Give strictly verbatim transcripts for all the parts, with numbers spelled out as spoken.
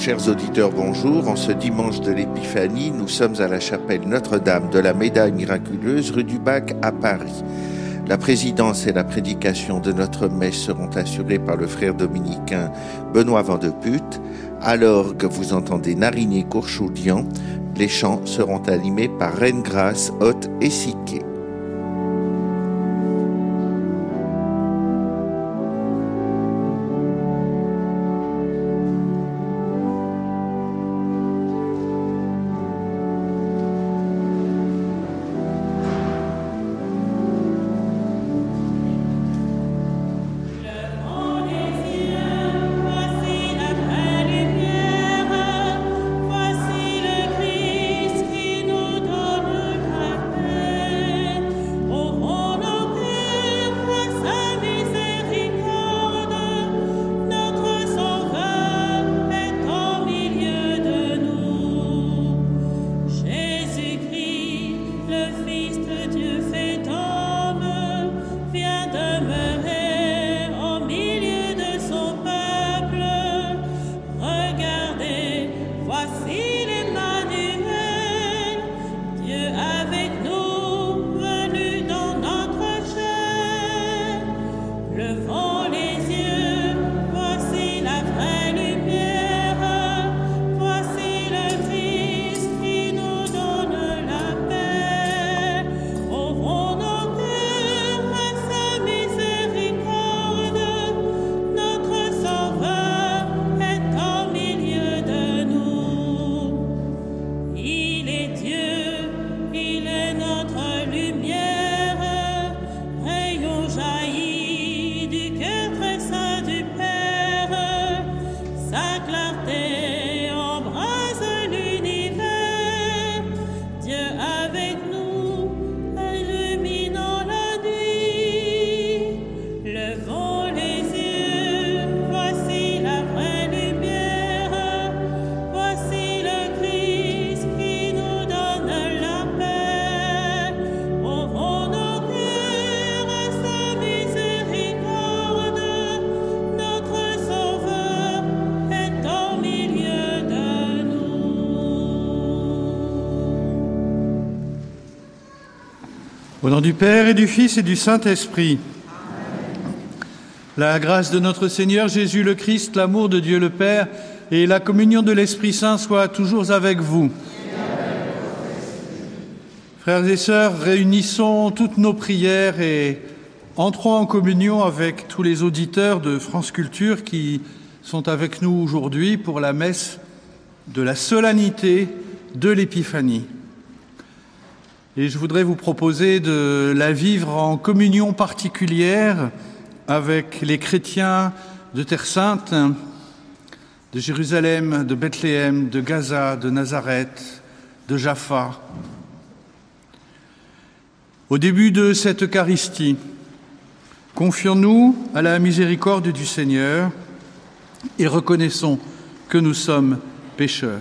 Chers auditeurs, bonjour. En ce dimanche de l'Épiphanie, nous sommes à la chapelle Notre-Dame de la Médaille miraculeuse, rue du Bac à Paris. La présidence et la prédication de notre messe seront assurées par le frère dominicain Benoît Van de Putte. À l'orgue, vous entendez Narinier Courchoudian. Les chants seront animés par Reine Grâce, Haute et Siquet. Au nom du Père et du Fils et du Saint-Esprit. La grâce de notre Seigneur Jésus le Christ, l'amour de Dieu le Père et la communion de l'Esprit Saint soient toujours avec vous. Frères et sœurs, réunissons toutes nos prières et entrons en communion avec tous les auditeurs de France Culture qui sont avec nous aujourd'hui pour la messe de la solennité de l'Épiphanie. Et je voudrais vous proposer de la vivre en communion particulière avec les chrétiens de Terre Sainte, de Jérusalem, de Bethléem, de Gaza, de Nazareth, de Jaffa. Au début de cette Eucharistie, confions-nous à la miséricorde du Seigneur et reconnaissons que nous sommes pécheurs.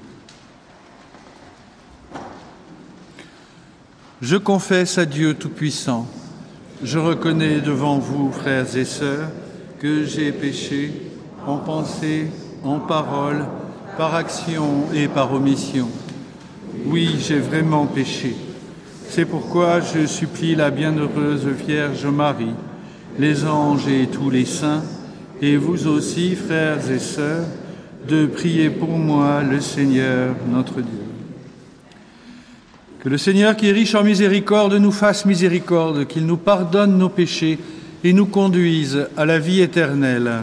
Je confesse à Dieu Tout-Puissant, je reconnais devant vous, frères et sœurs, que j'ai péché en pensée, en parole, par action et par omission. Oui, j'ai vraiment péché. C'est pourquoi je supplie la bienheureuse Vierge Marie, les anges et tous les saints, et vous aussi, frères et sœurs, de prier pour moi le Seigneur notre Dieu. Que le Seigneur qui est riche en miséricorde nous fasse miséricorde, qu'il nous pardonne nos péchés et nous conduise à la vie éternelle.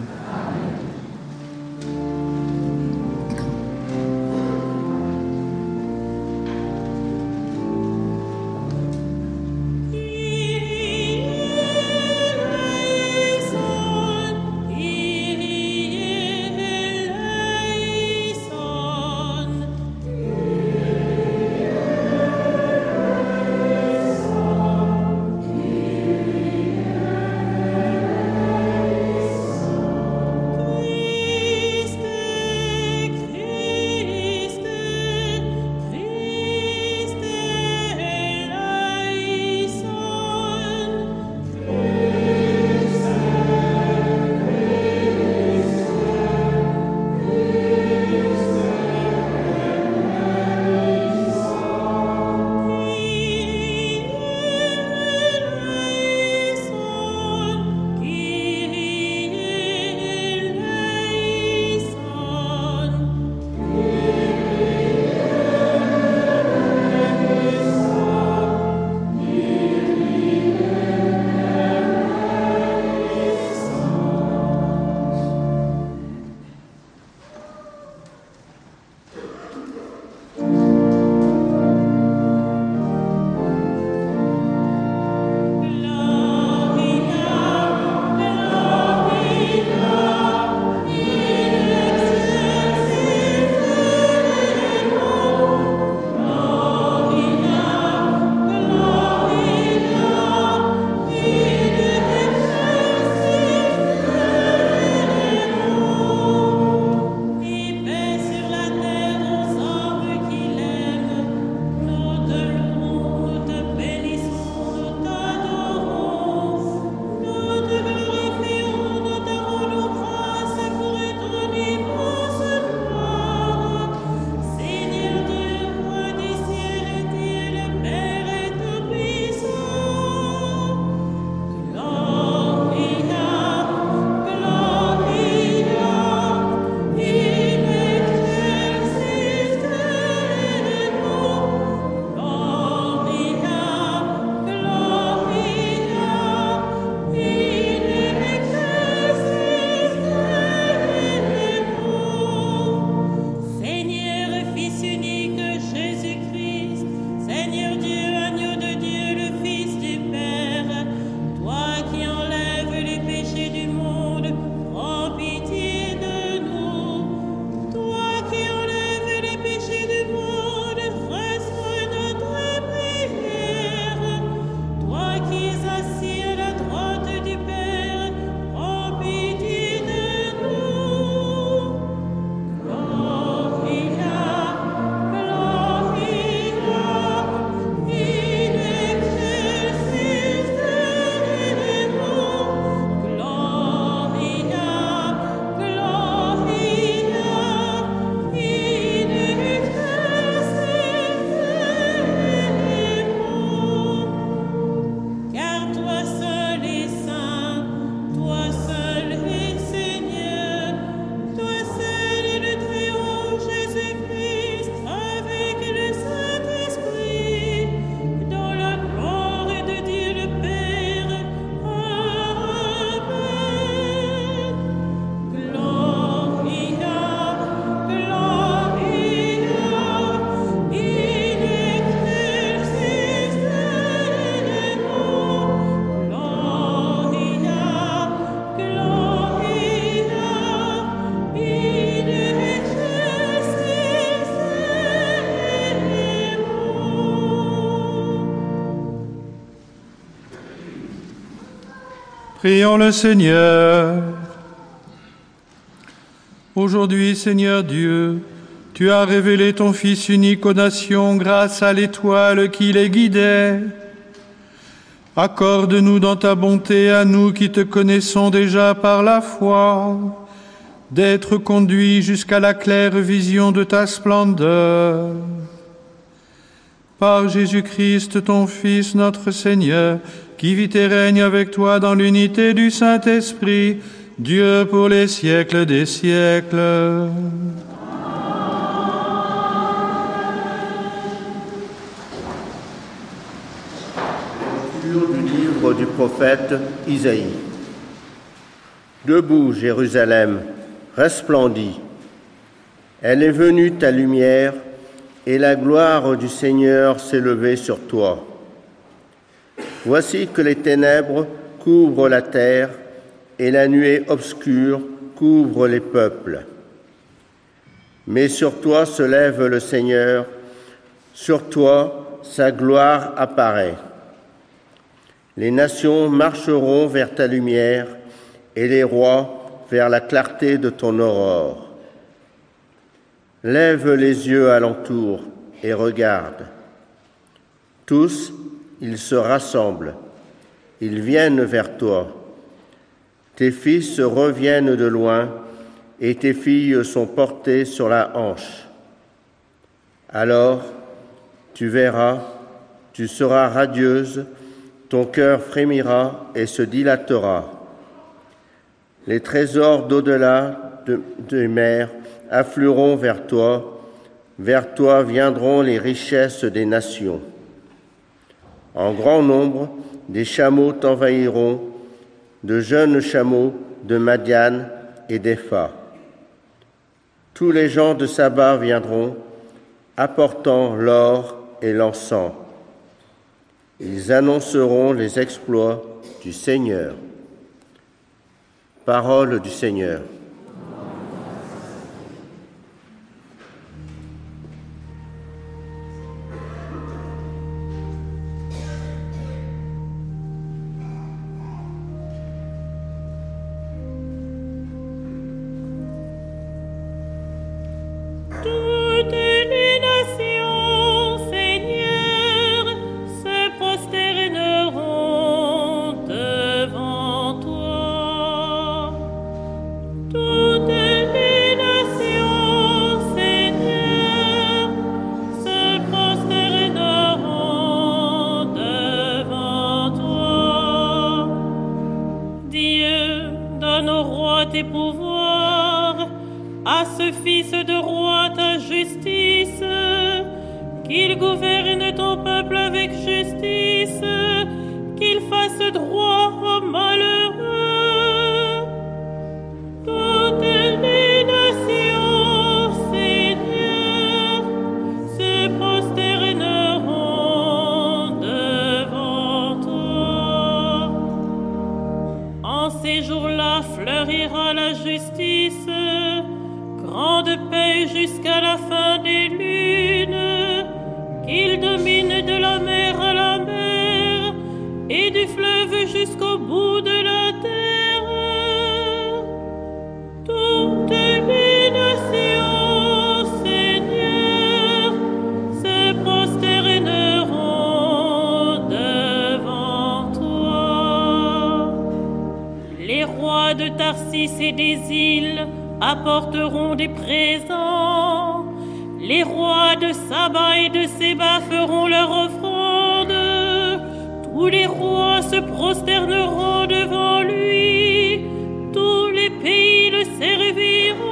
Prions le Seigneur. Aujourd'hui, Seigneur Dieu, tu as révélé ton Fils unique aux nations grâce à l'étoile qui les guidait. Accorde-nous dans ta bonté, à nous qui te connaissons déjà par la foi, d'être conduits jusqu'à la claire vision de ta splendeur. Par Jésus-Christ, ton Fils, notre Seigneur, qui vit et règne avec toi dans l'unité du Saint-Esprit, Dieu pour les siècles des siècles. Lecture du livre du prophète Isaïe. Debout, Jérusalem, resplendis. Elle est venue ta lumière, et la gloire du Seigneur s'est levée sur toi. Voici que les ténèbres couvrent la terre, et la nuée obscure couvre les peuples. Mais sur toi se lève le Seigneur, sur toi sa gloire apparaît. Les nations marcheront vers ta lumière, et les rois vers la clarté de ton aurore. Lève les yeux alentour et regarde. Tous, ils se rassemblent, ils viennent vers toi. Tes fils reviennent de loin, et tes filles sont portées sur la hanche. Alors, tu verras, tu seras radieuse, ton cœur frémira et se dilatera. Les trésors d'au-delà de, des mers afflueront vers toi, vers toi viendront les richesses des nations. En grand nombre, des chameaux t'envahiront, de jeunes chameaux de Madian et d'Épha. Tous les gens de Saba viendront, apportant l'or et l'encens. Ils annonceront les exploits du Seigneur. Parole du Seigneur. Apporteront des présents. Les rois de Saba et de Séba feront leur offrande. Tous les rois se prosterneront devant lui. Tous les pays le serviront.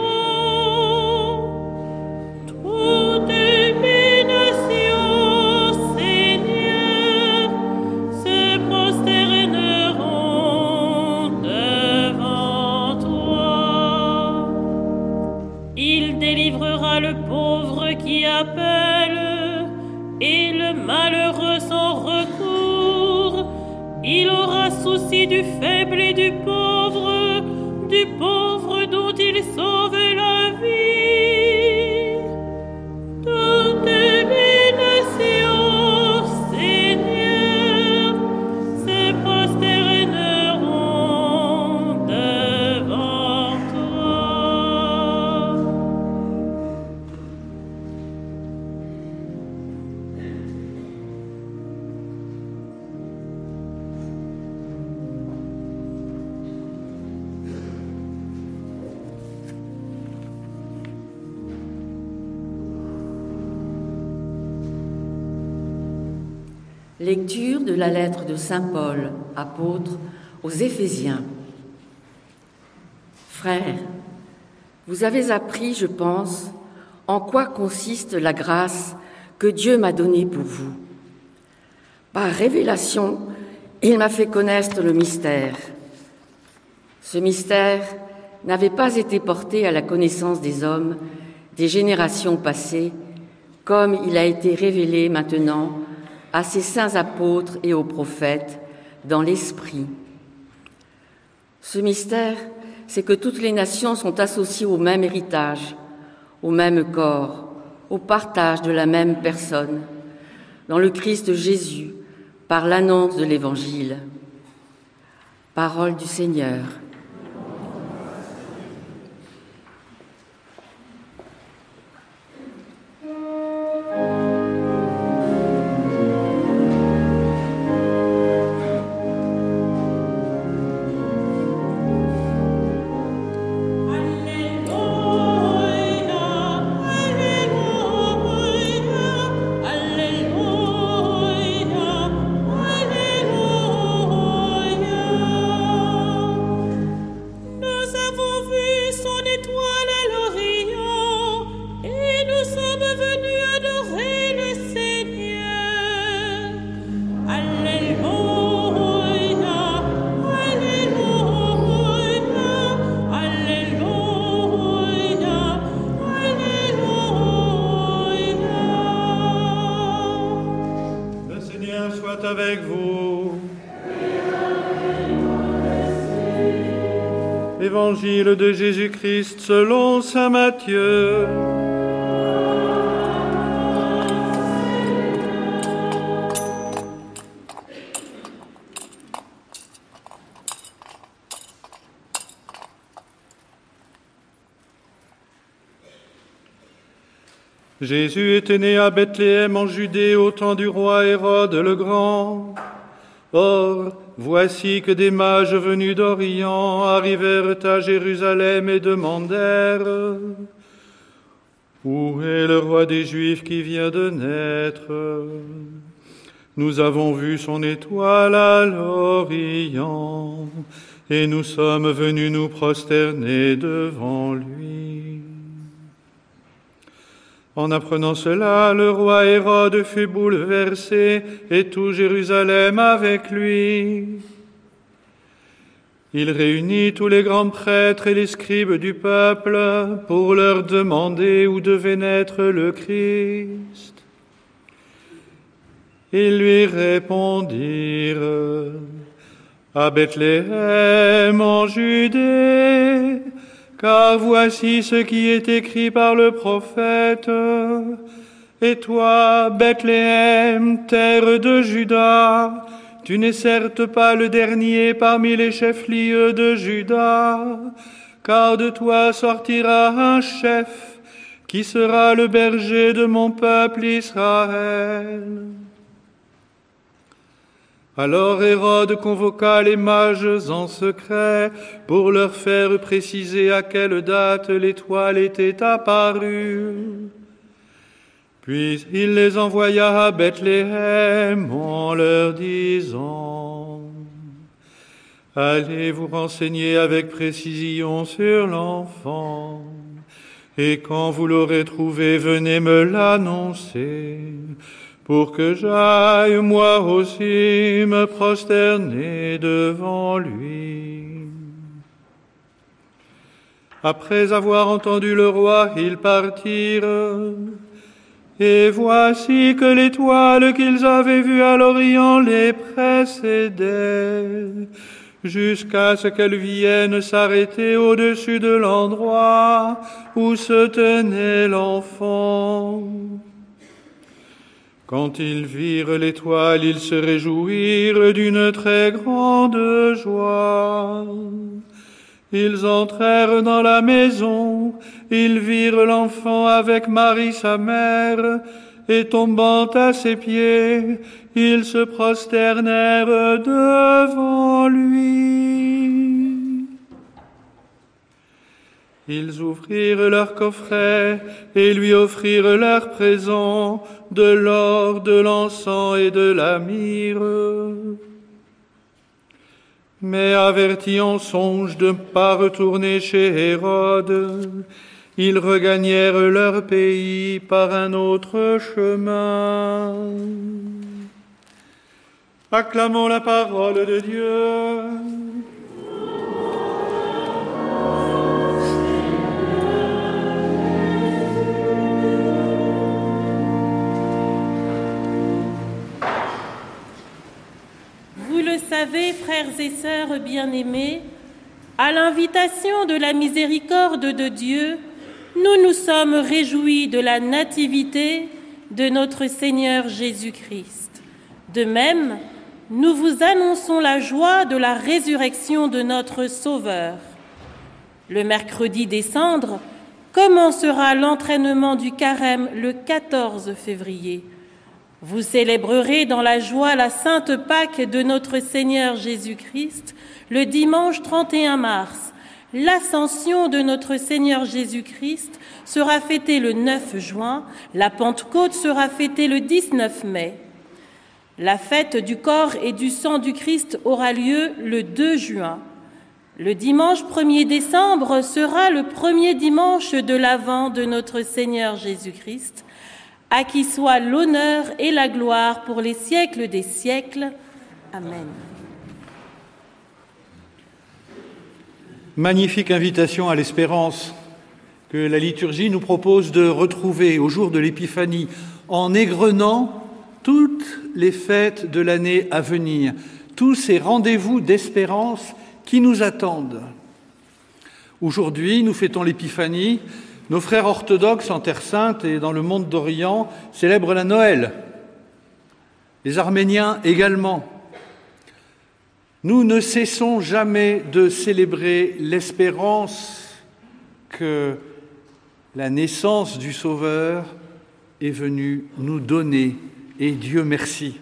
Toutes les nations, Seigneur, se prosterneront devant toi. Il délivrera le pauvre qui appelle et le malheureux sans recours. Il aura souci du faible et du pauvre, du pauvre dont il sauve la vie. Toutes les nations, Seigneur, se prosterneront Lecture de la lettre de saint Paul, apôtre, aux Éphésiens. Frères, vous avez appris, je pense, en quoi consiste la grâce que Dieu m'a donnée pour vous. Par révélation, il m'a fait connaître le mystère. Ce mystère n'avait pas été porté à la connaissance des hommes des générations passées, comme il a été révélé maintenant à ses saints apôtres et aux prophètes dans l'Esprit. Ce mystère, c'est que toutes les nations sont associées au même héritage, au même corps, au partage de la même personne, dans le Christ Jésus, par l'annonce de l'Évangile. Parole du Seigneur. Avec vous. Évangile de Jésus-Christ selon saint Matthieu. Jésus était né à Bethléem en Judée au temps du roi Hérode le Grand. Or, voici que des mages venus d'Orient arrivèrent à Jérusalem et demandèrent « Où est le roi des Juifs qui vient de naître ? Nous avons vu son étoile à l'Orient et nous sommes venus nous prosterner devant lui. » En apprenant cela, le roi Hérode fut bouleversé et tout Jérusalem avec lui. Il réunit tous les grands prêtres et les scribes du peuple pour leur demander où devait naître le Christ. Ils lui répondirent « À Bethléem en Judée, car voici ce qui est écrit par le prophète. Et toi, Bethléem, terre de Juda, tu n'es certes pas le dernier parmi les chefs-lieux de Juda, car de toi sortira un chef qui sera le berger de mon peuple Israël. » Alors Hérode convoqua les mages en secret pour leur faire préciser à quelle date l'étoile était apparue. Puis il les envoya à Bethléem en leur disant « Allez vous renseigner avec précision sur l'enfant, et quand vous l'aurez trouvé, venez me l'annoncer, pour que j'aille moi aussi me prosterner devant lui. » Après avoir entendu le roi, ils partirent. Et voici que l'étoile qu'ils avaient vue à l'Orient les précédait, jusqu'à ce qu'elle vienne s'arrêter au-dessus de l'endroit où se tenait l'enfant. Quand ils virent l'étoile, ils se réjouirent d'une très grande joie. Ils entrèrent dans la maison, ils virent l'enfant avec Marie sa mère, et tombant à ses pieds, ils se prosternèrent devant lui. Ils ouvrirent leur coffret et lui offrirent leurs présents, de l'or, de l'encens et de la myrrhe. Mais avertis en songe de ne pas retourner chez Hérode, ils regagnèrent leur pays par un autre chemin. Acclamons la parole de Dieu. Vous le savez, frères et sœurs bien-aimés, à l'invitation de la miséricorde de Dieu, nous nous sommes réjouis de la nativité de notre Seigneur Jésus-Christ. De même, nous vous annonçons la joie de la résurrection de notre Sauveur. Le mercredi des Cendres commencera l'entraînement du carême le quatorze février. Vous célébrerez dans la joie la Sainte Pâque de notre Seigneur Jésus-Christ le dimanche trente et un mars. L'Ascension de notre Seigneur Jésus-Christ sera fêtée le neuf juin, la Pentecôte sera fêtée le dix-neuf mai. La fête du corps et du sang du Christ aura lieu le deux juin. Le dimanche premier décembre sera le premier dimanche de l'Avent de notre Seigneur Jésus-Christ. À qui soit l'honneur et la gloire pour les siècles des siècles. Amen. Magnifique invitation à l'espérance que la liturgie nous propose de retrouver au jour de l'Épiphanie en égrenant toutes les fêtes de l'année à venir, tous ces rendez-vous d'espérance qui nous attendent. Aujourd'hui, nous fêtons l'Épiphanie. Nos frères orthodoxes en Terre Sainte et dans le monde d'Orient célèbrent la Noël. Les Arméniens également. Nous ne cessons jamais de célébrer l'espérance que la naissance du Sauveur est venue nous donner, et Dieu merci.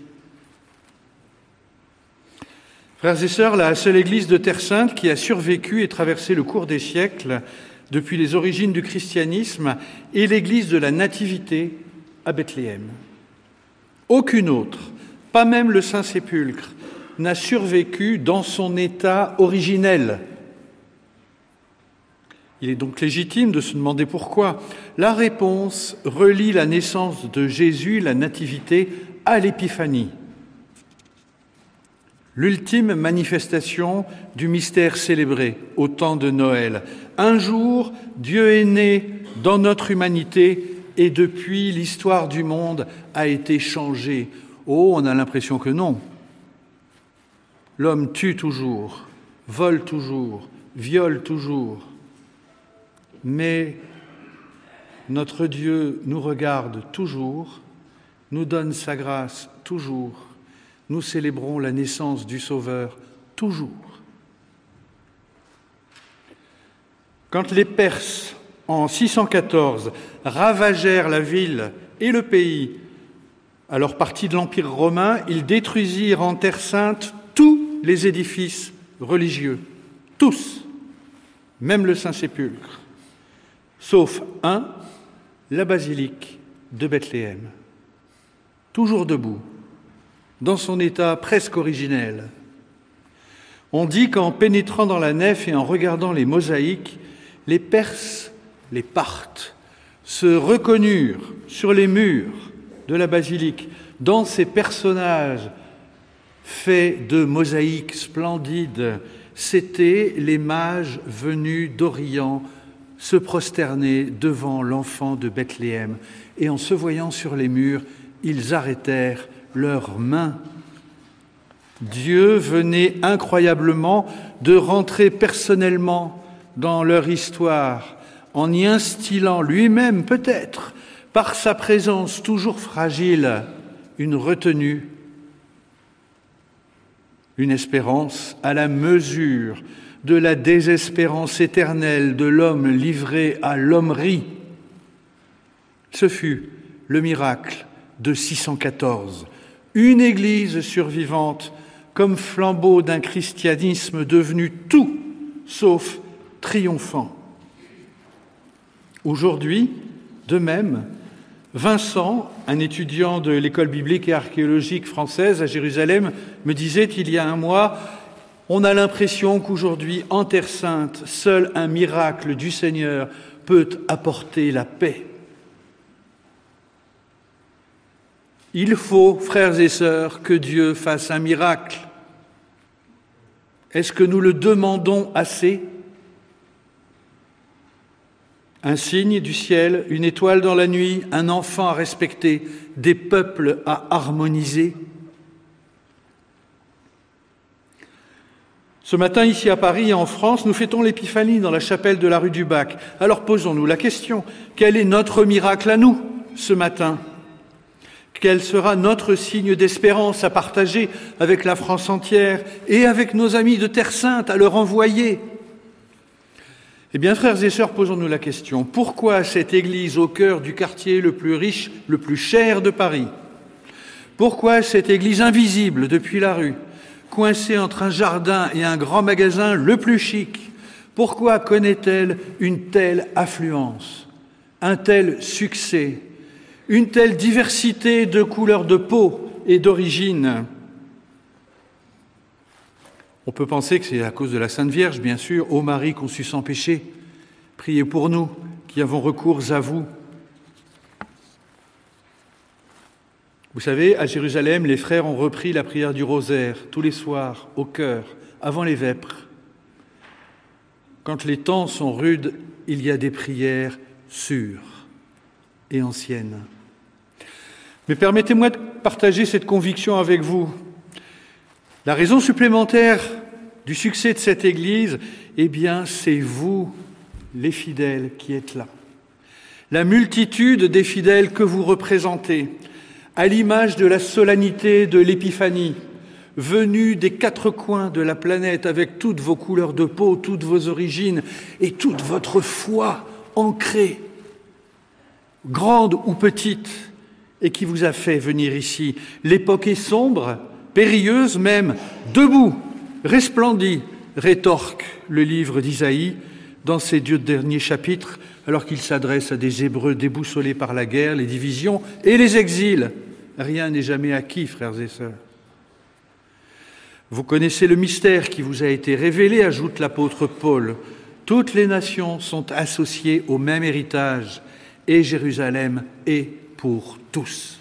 Frères et sœurs, la seule Église de Terre Sainte qui a survécu et traversé le cours des siècles depuis les origines du christianisme est l'Église de la Nativité à Bethléem. Aucune autre, pas même le Saint-Sépulcre, n'a survécu dans son état originel. Il est donc légitime de se demander pourquoi. La réponse relie la naissance de Jésus, la Nativité, à l'Épiphanie. L'ultime manifestation du mystère célébré au temps de Noël. Un jour, Dieu est né dans notre humanité et depuis, l'histoire du monde a été changée. Oh, on a l'impression que non. L'homme tue toujours, vole toujours, viole toujours. Mais notre Dieu nous regarde toujours, nous donne sa grâce toujours. Nous célébrons la naissance du Sauveur toujours. Quand les Perses, en six cent quatorze, ravagèrent la ville et le pays, alors partie de l'Empire romain, ils détruisirent en Terre Sainte tous les édifices religieux, tous, même le Saint-Sépulcre, sauf un, la basilique de Bethléem, toujours debout, dans son état presque originel. On dit qu'en pénétrant dans la nef et en regardant les mosaïques, les Perses, les Parthes, se reconnurent sur les murs de la basilique dans ces personnages faits de mosaïques splendides. C'étaient les mages venus d'Orient se prosterner devant l'enfant de Bethléem. Et en se voyant sur les murs, ils arrêtèrent leurs mains. Dieu venait incroyablement de rentrer personnellement dans leur histoire, en y instillant lui-même, peut-être, par sa présence toujours fragile, une retenue, une espérance à la mesure de la désespérance éternelle de l'homme livré à l'hommerie. Ce fut le miracle de six cent quatorze, une Église survivante comme flambeau d'un christianisme devenu tout sauf triomphant. Aujourd'hui, de même, Vincent, un étudiant de l'école biblique et archéologique française à Jérusalem, me disait il y a un mois « On a l'impression qu'aujourd'hui, en Terre Sainte, seul un miracle du Seigneur peut apporter la paix. » Il faut, frères et sœurs, que Dieu fasse un miracle. Est-ce que nous le demandons assez ? Un signe du ciel, une étoile dans la nuit, un enfant à respecter, des peuples à harmoniser. Ce matin, ici à Paris et en France, nous fêtons l'Épiphanie dans la chapelle de la rue du Bac. Alors posons-nous la question, quel est notre miracle à nous ce matin ? Quel sera notre signe d'espérance à partager avec la France entière et avec nos amis de Terre Sainte à leur envoyer ? Eh bien, frères et sœurs, posons-nous la question. Pourquoi cette église au cœur du quartier le plus riche, le plus cher de Paris ? Pourquoi cette église invisible depuis la rue, coincée entre un jardin et un grand magasin le plus chic ? Pourquoi connaît-elle une telle affluence, un tel succès ? Une telle diversité de couleurs de peau et d'origine. On peut penser que c'est à cause de la Sainte Vierge, bien sûr. Ô Marie conçue sans péché, priez pour nous qui avons recours à vous. Vous savez, à Jérusalem, les frères ont repris la prière du rosaire tous les soirs, au chœur, avant les vêpres. Quand les temps sont rudes, il y a des prières sûres et anciennes. Mais permettez-moi de partager cette conviction avec vous. La raison supplémentaire du succès de cette Église, eh bien, c'est vous, les fidèles, qui êtes là. La multitude des fidèles que vous représentez, à l'image de la solennité de l'Épiphanie, venus des quatre coins de la planète avec toutes vos couleurs de peau, toutes vos origines et toute votre foi ancrée, grande ou petite, et qui vous a fait venir ici. L'époque est sombre, périlleuse même, debout, resplendit, rétorque le livre d'Isaïe dans ses deux derniers chapitres, alors qu'il s'adresse à des Hébreux déboussolés par la guerre, les divisions et les exils. Rien n'est jamais acquis, frères et sœurs. Vous connaissez le mystère qui vous a été révélé, ajoute l'apôtre Paul. Toutes les nations sont associées au même héritage, et Jérusalem est pour tous.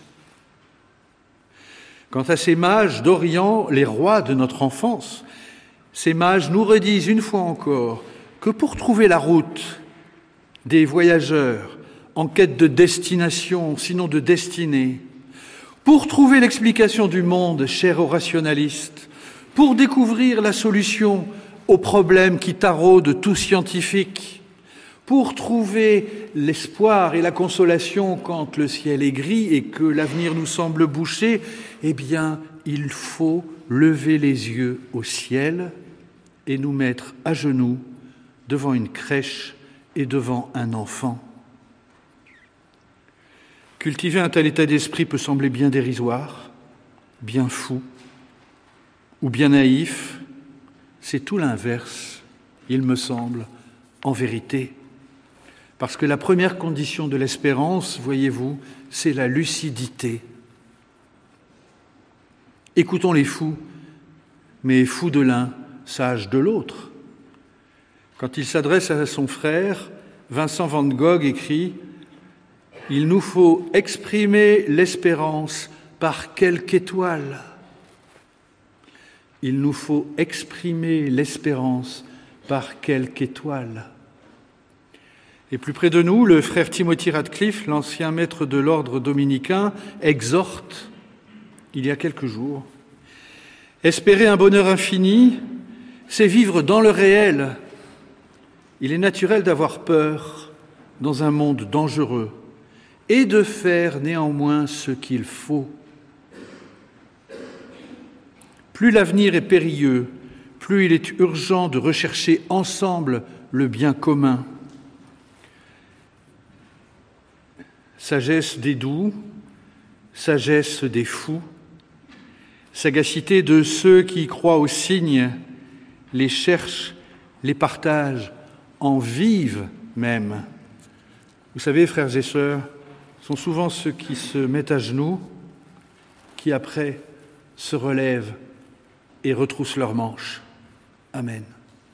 Quant à ces mages d'Orient, les rois de notre enfance, ces mages nous redisent une fois encore que pour trouver la route des voyageurs en quête de destination, sinon de destinée, pour trouver l'explication du monde, cher aux rationalistes, pour découvrir la solution aux problèmes qui taraudent tout scientifique, pour trouver l'espoir et la consolation quand le ciel est gris et que l'avenir nous semble bouché, eh bien, il faut lever les yeux au ciel et nous mettre à genoux devant une crèche et devant un enfant. Cultiver un tel état d'esprit peut sembler bien dérisoire, bien fou ou bien naïf. C'est tout l'inverse, il me semble, en vérité. Parce que la première condition de l'espérance, voyez-vous, c'est la lucidité. Écoutons les fous, mais fous de l'un, sages de l'autre. Quand il s'adresse à son frère, Vincent van Gogh écrit « Il nous faut exprimer l'espérance par quelque étoile. Il nous faut exprimer l'espérance par quelque étoile. » Et plus près de nous, le frère Timothy Radcliffe, l'ancien maître de l'ordre dominicain, exhorte, il y a quelques jours, « Espérer un bonheur infini, c'est vivre dans le réel. Il est naturel d'avoir peur dans un monde dangereux et de faire néanmoins ce qu'il faut. Plus l'avenir est périlleux, plus il est urgent de rechercher ensemble le bien commun. Sagesse des doux, sagesse des fous, sagacité de ceux qui croient aux signes, les cherchent, les partagent, en vivent même. Vous savez, frères et sœurs, sont souvent ceux qui se mettent à genoux, qui après se relèvent et retroussent leurs manches. Amen.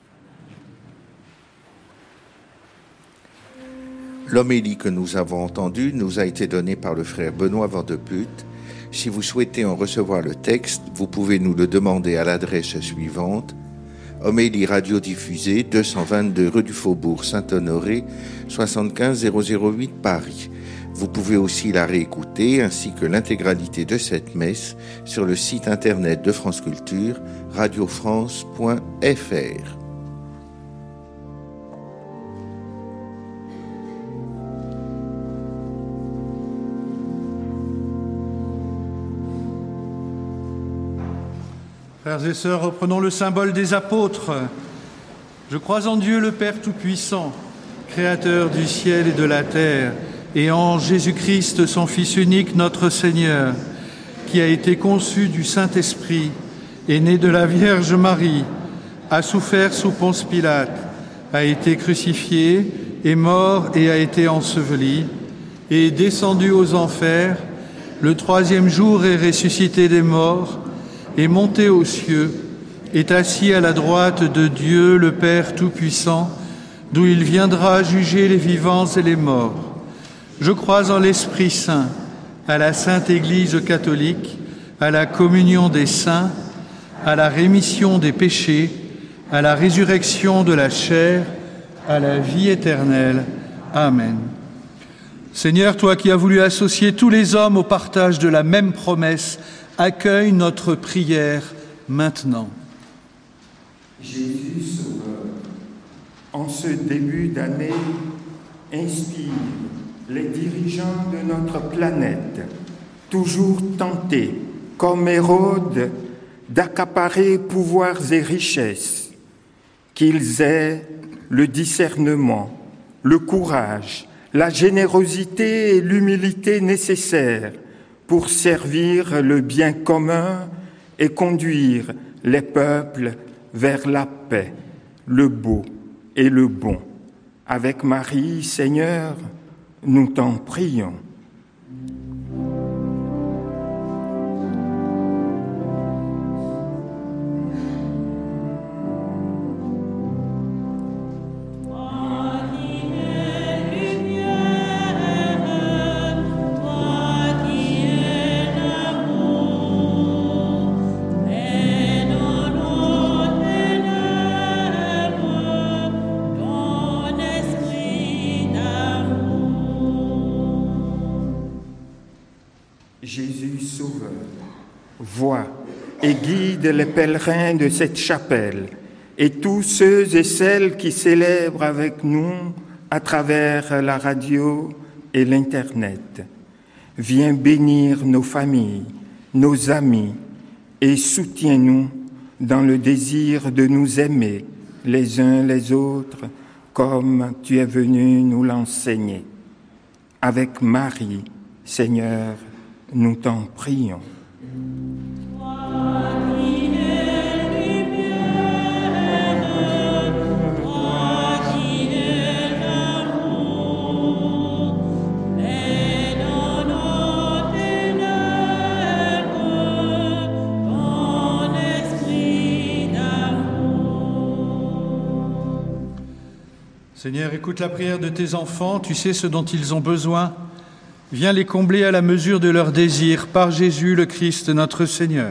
L'homélie que nous avons entendue nous a été donnée par le frère Benoît Vandeput. Si vous souhaitez en recevoir le texte, vous pouvez nous le demander à l'adresse suivante: Homélie radiodiffusée, deux cent vingt-deux rue du Faubourg Saint-Honoré, soixante-quinze zéro zéro huit Paris. Vous pouvez aussi la réécouter ainsi que l'intégralité de cette messe sur le site internet de France Culture, radiofrance point f r. Frères et sœurs, reprenons le symbole des apôtres. Je crois en Dieu le Père Tout-Puissant, Créateur du ciel et de la terre, et en Jésus-Christ, son Fils unique, notre Seigneur, qui a été conçu du Saint-Esprit, est né de la Vierge Marie, a souffert sous Ponce Pilate, a été crucifié, est mort et a été enseveli, est descendu aux enfers, le troisième jour est ressuscité des morts, est monté aux cieux, est assis à la droite de Dieu, le Père Tout-Puissant, d'où il viendra juger les vivants et les morts. Je crois en l'Esprit Saint, à la Sainte Église catholique, à la communion des saints, à la rémission des péchés, à la résurrection de la chair, à la vie éternelle. Amen. Seigneur, toi qui as voulu associer tous les hommes au partage de la même promesse, accueille notre prière maintenant. Jésus Sauveur, en ce début d'année, inspire les dirigeants de notre planète, toujours tentés, comme Hérode, d'accaparer pouvoirs et richesses, qu'ils aient le discernement, le courage, la générosité et l'humilité nécessaires pour servir le bien commun et conduire les peuples vers la paix, le beau et le bon. Avec Marie, Seigneur, nous t'en prions. Jésus Sauveur, vois et guide les pèlerins de cette chapelle et tous ceux et celles qui célèbrent avec nous à travers la radio et l'Internet. Viens bénir nos familles, nos amis et soutiens-nous dans le désir de nous aimer les uns les autres comme tu es venu nous l'enseigner. Avec Marie, Seigneur, nous t'en prions. Seigneur, écoute la prière de tes enfants, tu sais ce dont ils ont besoin. Viens les combler à la mesure de leurs désirs par Jésus le Christ notre Seigneur.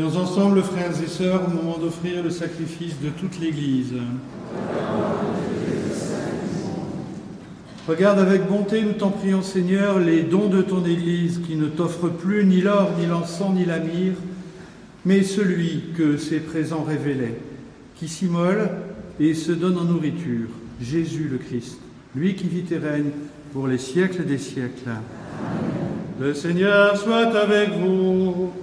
Soyons ensemble, frères et sœurs, au moment d'offrir le sacrifice de toute l'Église. Regarde avec bonté, nous t'en prions, Seigneur, les dons de ton Église, qui ne t'offrent plus ni l'or, ni l'encens, ni la myrrhe, mais celui que ses présents révélaient, qui s'immole et se donne en nourriture, Jésus le Christ, lui qui vit et règne pour les siècles des siècles. Le Seigneur soit avec vous.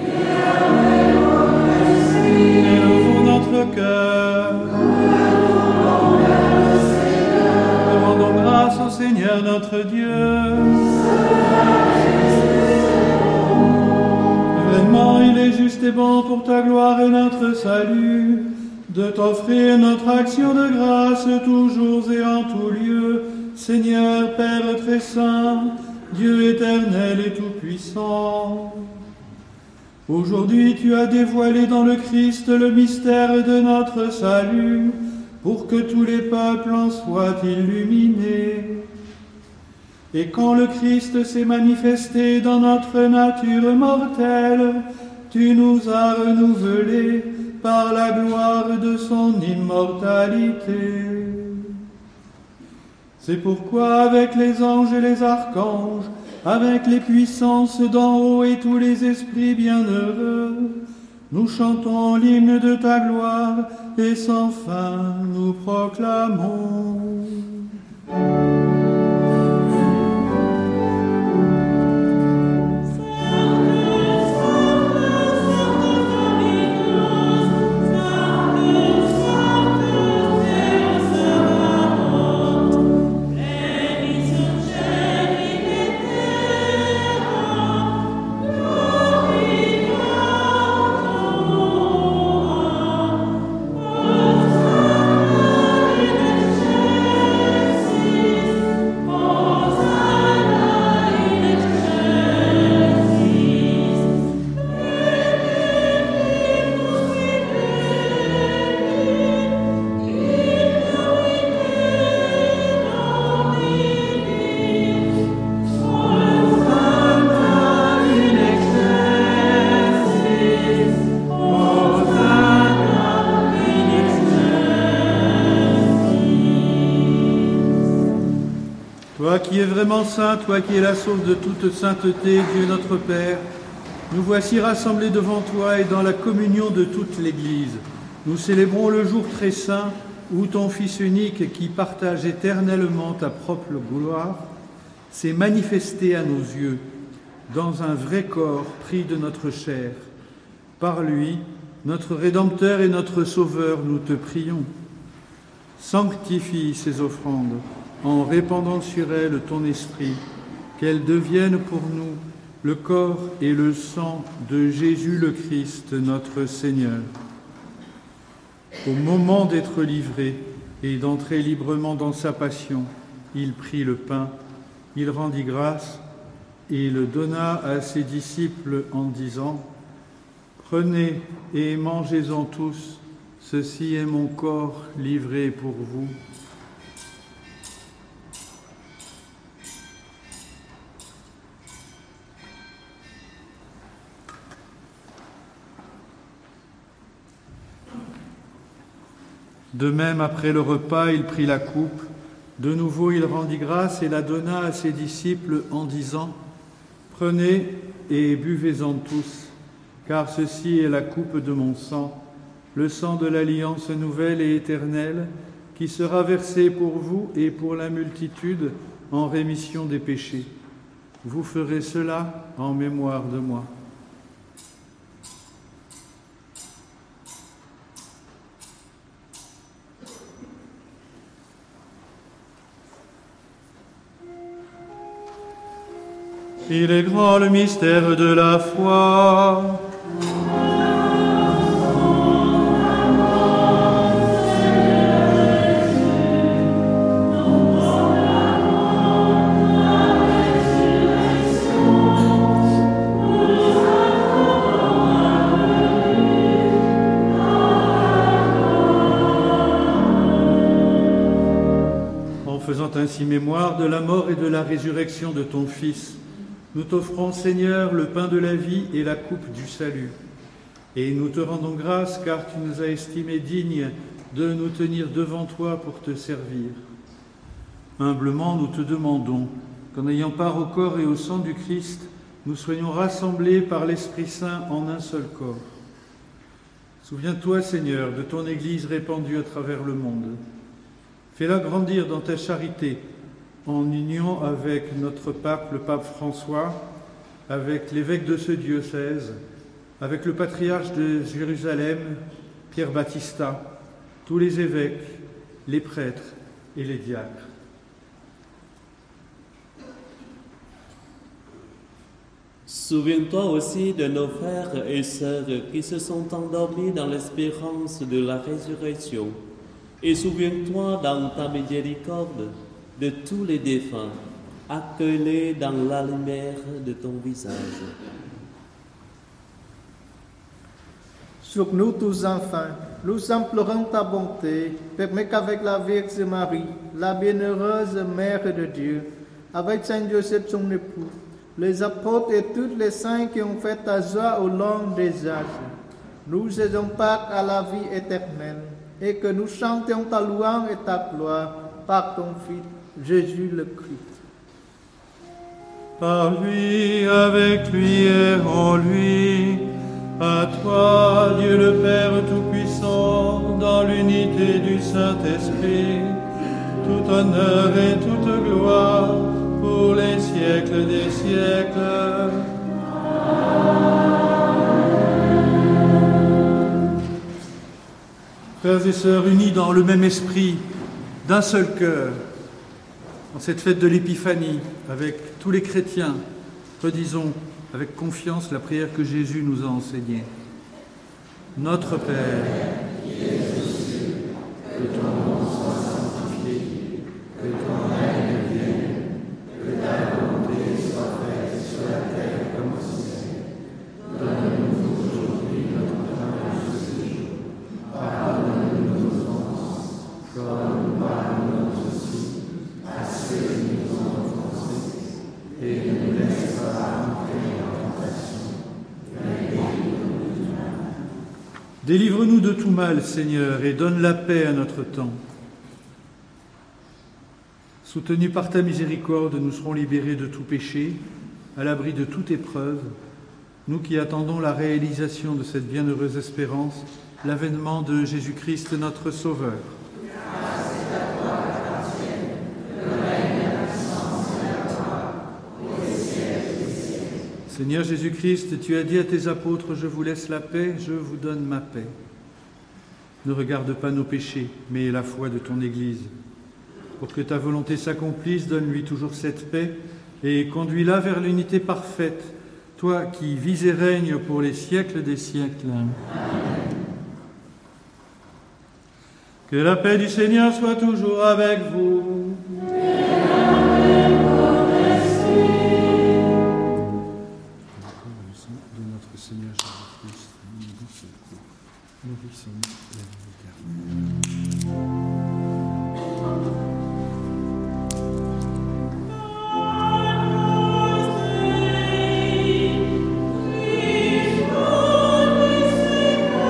Élevons notre cœur. Rendons grâce au Seigneur notre Dieu. Vraiment, il est juste et bon pour ta gloire et notre salut de t'offrir notre action de grâce toujours et en tout lieu, Seigneur Père très saint, Dieu éternel et tout-puissant. Aujourd'hui, tu as dévoilé dans le Christ le mystère de notre salut, pour que tous les peuples en soient illuminés. Et quand le Christ s'est manifesté dans notre nature mortelle, tu nous as renouvelés par la gloire de son immortalité. C'est pourquoi avec les anges et les archanges, avec les puissances d'en haut et tous les esprits bienheureux, nous chantons l'hymne de ta gloire et sans fin nous proclamons. Toi qui es vraiment saint, toi qui es la source de toute sainteté, Dieu notre Père, nous voici rassemblés devant toi et dans la communion de toute l'Église. Nous célébrons le jour très saint où ton Fils unique, qui partage éternellement ta propre gloire, s'est manifesté à nos yeux dans un vrai corps pris de notre chair. Par lui, notre Rédempteur et notre Sauveur, nous te prions. Sanctifie ces offrandes en répandant sur elles ton esprit, qu'elles deviennent pour nous le corps et le sang de Jésus le Christ, notre Seigneur. Au moment d'être livré et d'entrer librement dans sa passion, il prit le pain, il rendit grâce et le donna à ses disciples en disant : « Prenez et mangez-en tous, ceci est mon corps livré pour vous. » De même, après le repas, il prit la coupe. De nouveau, il rendit grâce et la donna à ses disciples en disant : « Prenez et buvez-en tous, car ceci est la coupe de mon sang, le sang de l'alliance nouvelle et éternelle, qui sera versé pour vous et pour la multitude en rémission des péchés. Vous ferez cela en mémoire de moi. » Il est grand le mystère de la foi. En faisant ainsi mémoire de la mort et de la résurrection de ton Fils, nous t'offrons, Seigneur, le pain de la vie et la coupe du salut. Et nous te rendons grâce car tu nous as estimés dignes de nous tenir devant toi pour te servir. Humblement, nous te demandons qu'en ayant part au corps et au sang du Christ, nous soyons rassemblés par l'Esprit Saint en un seul corps. Souviens-toi, Seigneur, de ton Église répandue à travers le monde. Fais-la grandir dans ta charité, en union avec notre pape, le pape François, avec l'évêque de ce diocèse, avec le patriarche de Jérusalem, Pierre Battista, tous les évêques, les prêtres et les diacres. Souviens-toi aussi de nos frères et sœurs qui se sont endormis dans l'espérance de la résurrection. Et souviens-toi dans ta miséricorde de tous les défunts, accueille-les dans la lumière de ton visage. Sur nous tous enfants, nous implorons ta bonté, permets qu'avec la Vierge Marie, la bienheureuse Mère de Dieu, avec Saint Joseph son époux, les apôtres et tous les saints qui ont fait ta joie au long des âges, nous ayons part à la vie éternelle, et que nous chantions ta louange et ta gloire par ton Fils, Jésus le Christ. Par lui, avec lui et en lui, à toi, Dieu le Père Tout-Puissant, dans l'unité du Saint-Esprit, tout honneur et toute gloire pour les siècles des siècles. Frères et sœurs, unis dans le même esprit, d'un seul cœur, en cette fête de l'Épiphanie, avec tous les chrétiens, redisons avec confiance la prière que Jésus nous a enseignée. Notre Père, qui es aux cieux, que ton nom soit sanctifié, que ton règne vienne, que ta volonté soit faite sur la terre comme au ciel. Donne-nous aujourd'hui notre pain de ce jour. Pardonne-nous nos offenses, comme nous pardonnons aussi à ceux qui nous ont offensés, et ne nous laisse pas entrer en tentation, mais délivre-nous du mal. Délivre-nous de tout mal, Seigneur, et donne la paix à notre temps. Soutenus par ta miséricorde, nous serons libérés de tout péché, à l'abri de toute épreuve, nous qui attendons la réalisation de cette bienheureuse espérance, l'avènement de Jésus-Christ, notre Sauveur. Grâce est à toi, la tienne, le règne et la puissance et la gloire, pour les siècles des siècles. Seigneur Jésus-Christ, tu as dit à tes apôtres, je vous laisse la paix, je vous donne ma paix. Ne regarde pas nos péchés, mais la foi de ton Église. Pour que ta volonté s'accomplisse, donne-lui toujours cette paix et conduis-la vers l'unité parfaite, toi qui vis et règnes pour les siècles des siècles. Amen. Que la paix du Seigneur soit toujours avec vous. Et avec votre esprit. De notre Seigneur Jésus-Christ, nourrissons la vie éternelle.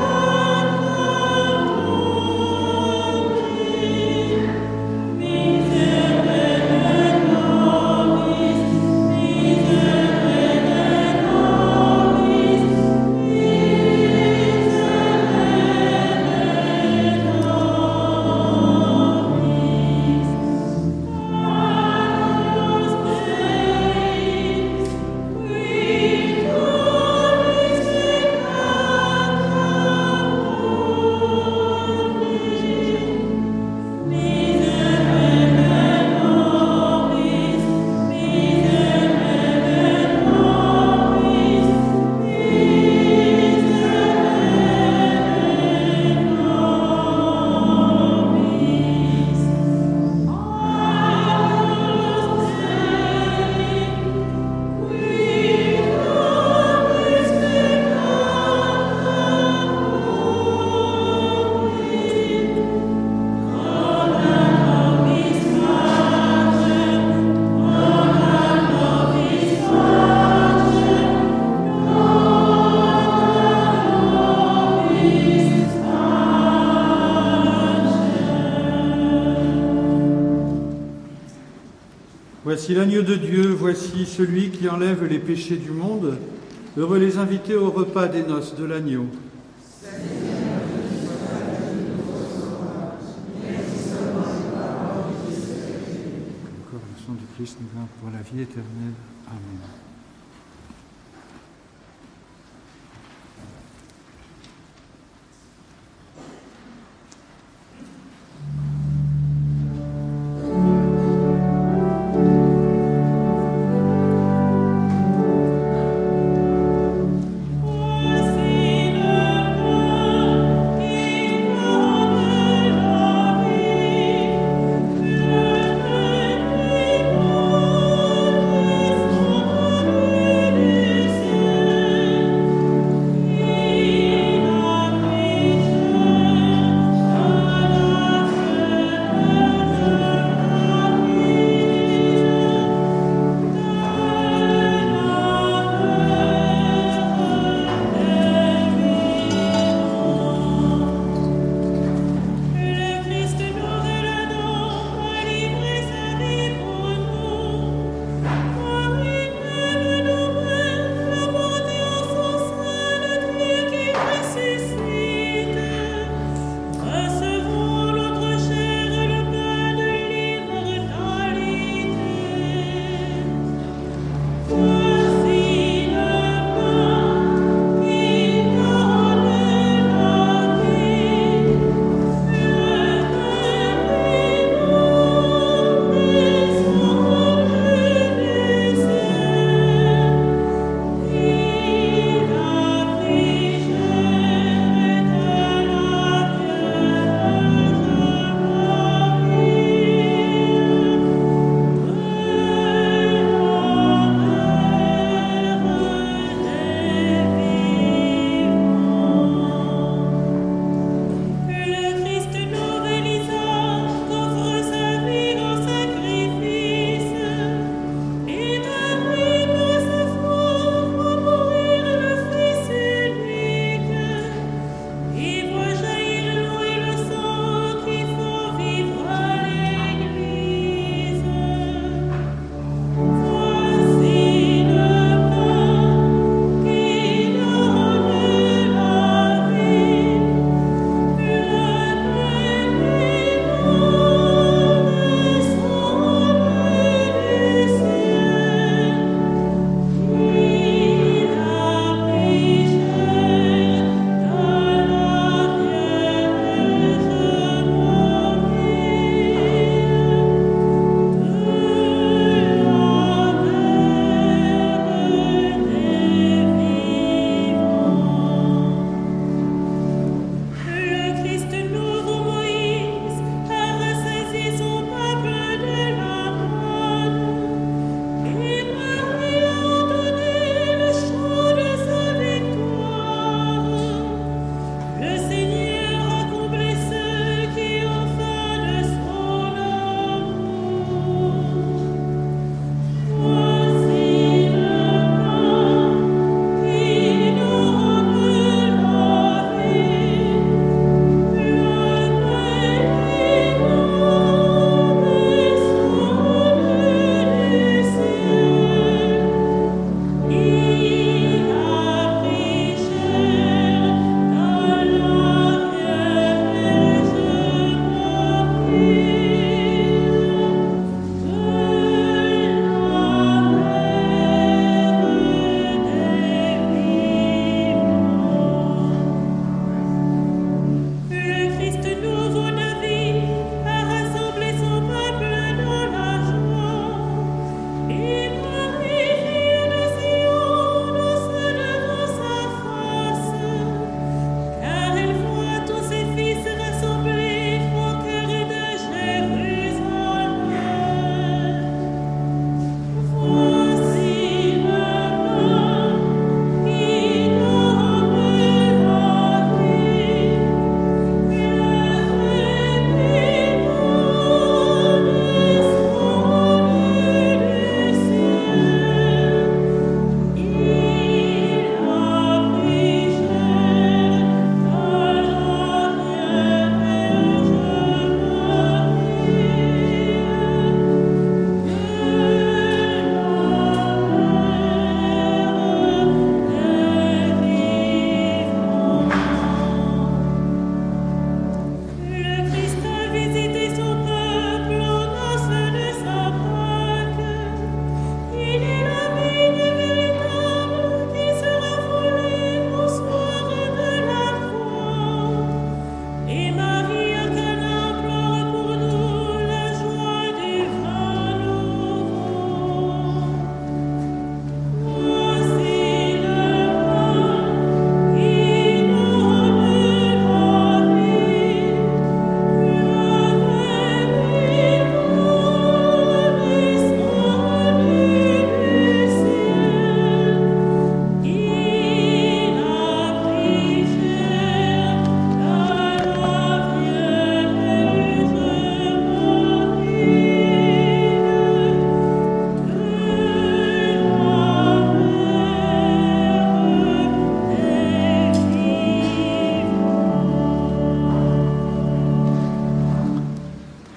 Amen. Voici l'agneau de Dieu, voici celui qui enlève les péchés du monde. Heureux les invités au repas des noces de l'agneau. Le corps et le sang du Christ nous vient pour la vie éternelle. Amen. Amen.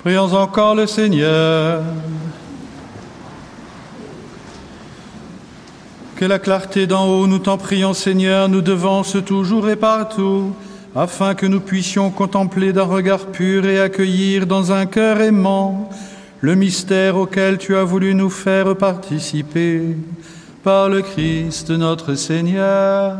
Prions encore le Seigneur. Que la clarté d'en haut, nous t'en prions, Seigneur, nous devance toujours et partout, afin que nous puissions contempler d'un regard pur et accueillir dans un cœur aimant le mystère auquel tu as voulu nous faire participer par le Christ notre Seigneur.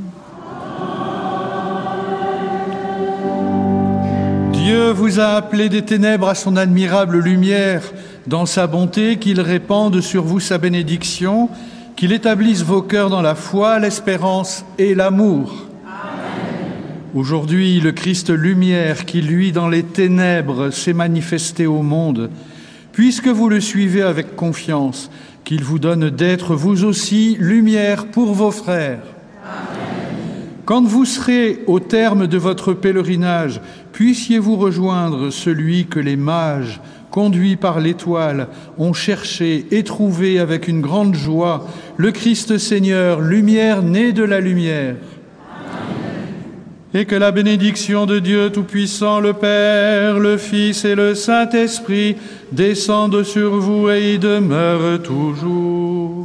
Dieu vous a appelé des ténèbres à son admirable lumière, dans sa bonté, qu'il répande sur vous sa bénédiction, qu'il établisse vos cœurs dans la foi, l'espérance et l'amour. Amen. Aujourd'hui, le Christ lumière qui, lui, dans les ténèbres, s'est manifesté au monde, puisque vous le suivez avec confiance, qu'il vous donne d'être vous aussi lumière pour vos frères. Amen. Quand vous serez au terme de votre pèlerinage, puissiez-vous rejoindre celui que les mages, conduits par l'étoile, ont cherché et trouvé avec une grande joie, le Christ Seigneur, lumière née de la lumière. Amen. Et que la bénédiction de Dieu Tout-Puissant, le Père, le Fils et le Saint-Esprit descendent sur vous et y demeurent toujours.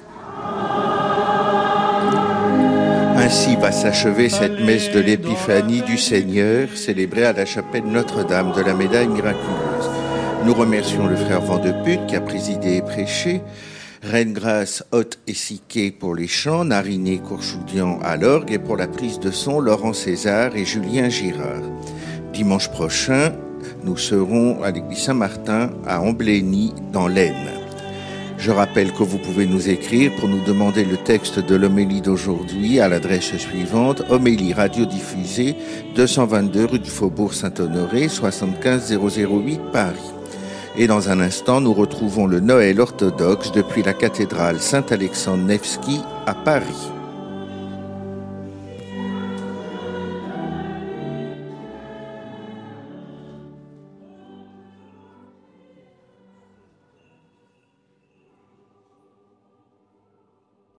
Ainsi va s'achever cette messe de l'Épiphanie du Seigneur, célébrée à la chapelle Notre-Dame de la Médaille miraculeuse. Nous remercions le frère Vandeput qui a présidé et prêché, Reine Grâce, Haute et Siquet pour les chants, Nariné Courchoudian à l'orgue et pour la prise de son, Laurent César et Julien Girard. Dimanche prochain, nous serons à l'église Saint-Martin à Amblény dans l'Aisne. Je rappelle que vous pouvez nous écrire pour nous demander le texte de l'homélie d'aujourd'hui à l'adresse suivante, homélie radiodiffusée, deux cent vingt-deux rue du Faubourg Saint-Honoré, soixante-quinze zéro zéro huit Paris. Et dans un instant, nous retrouvons le Noël orthodoxe depuis la cathédrale Saint-Alexandre Nevski à Paris.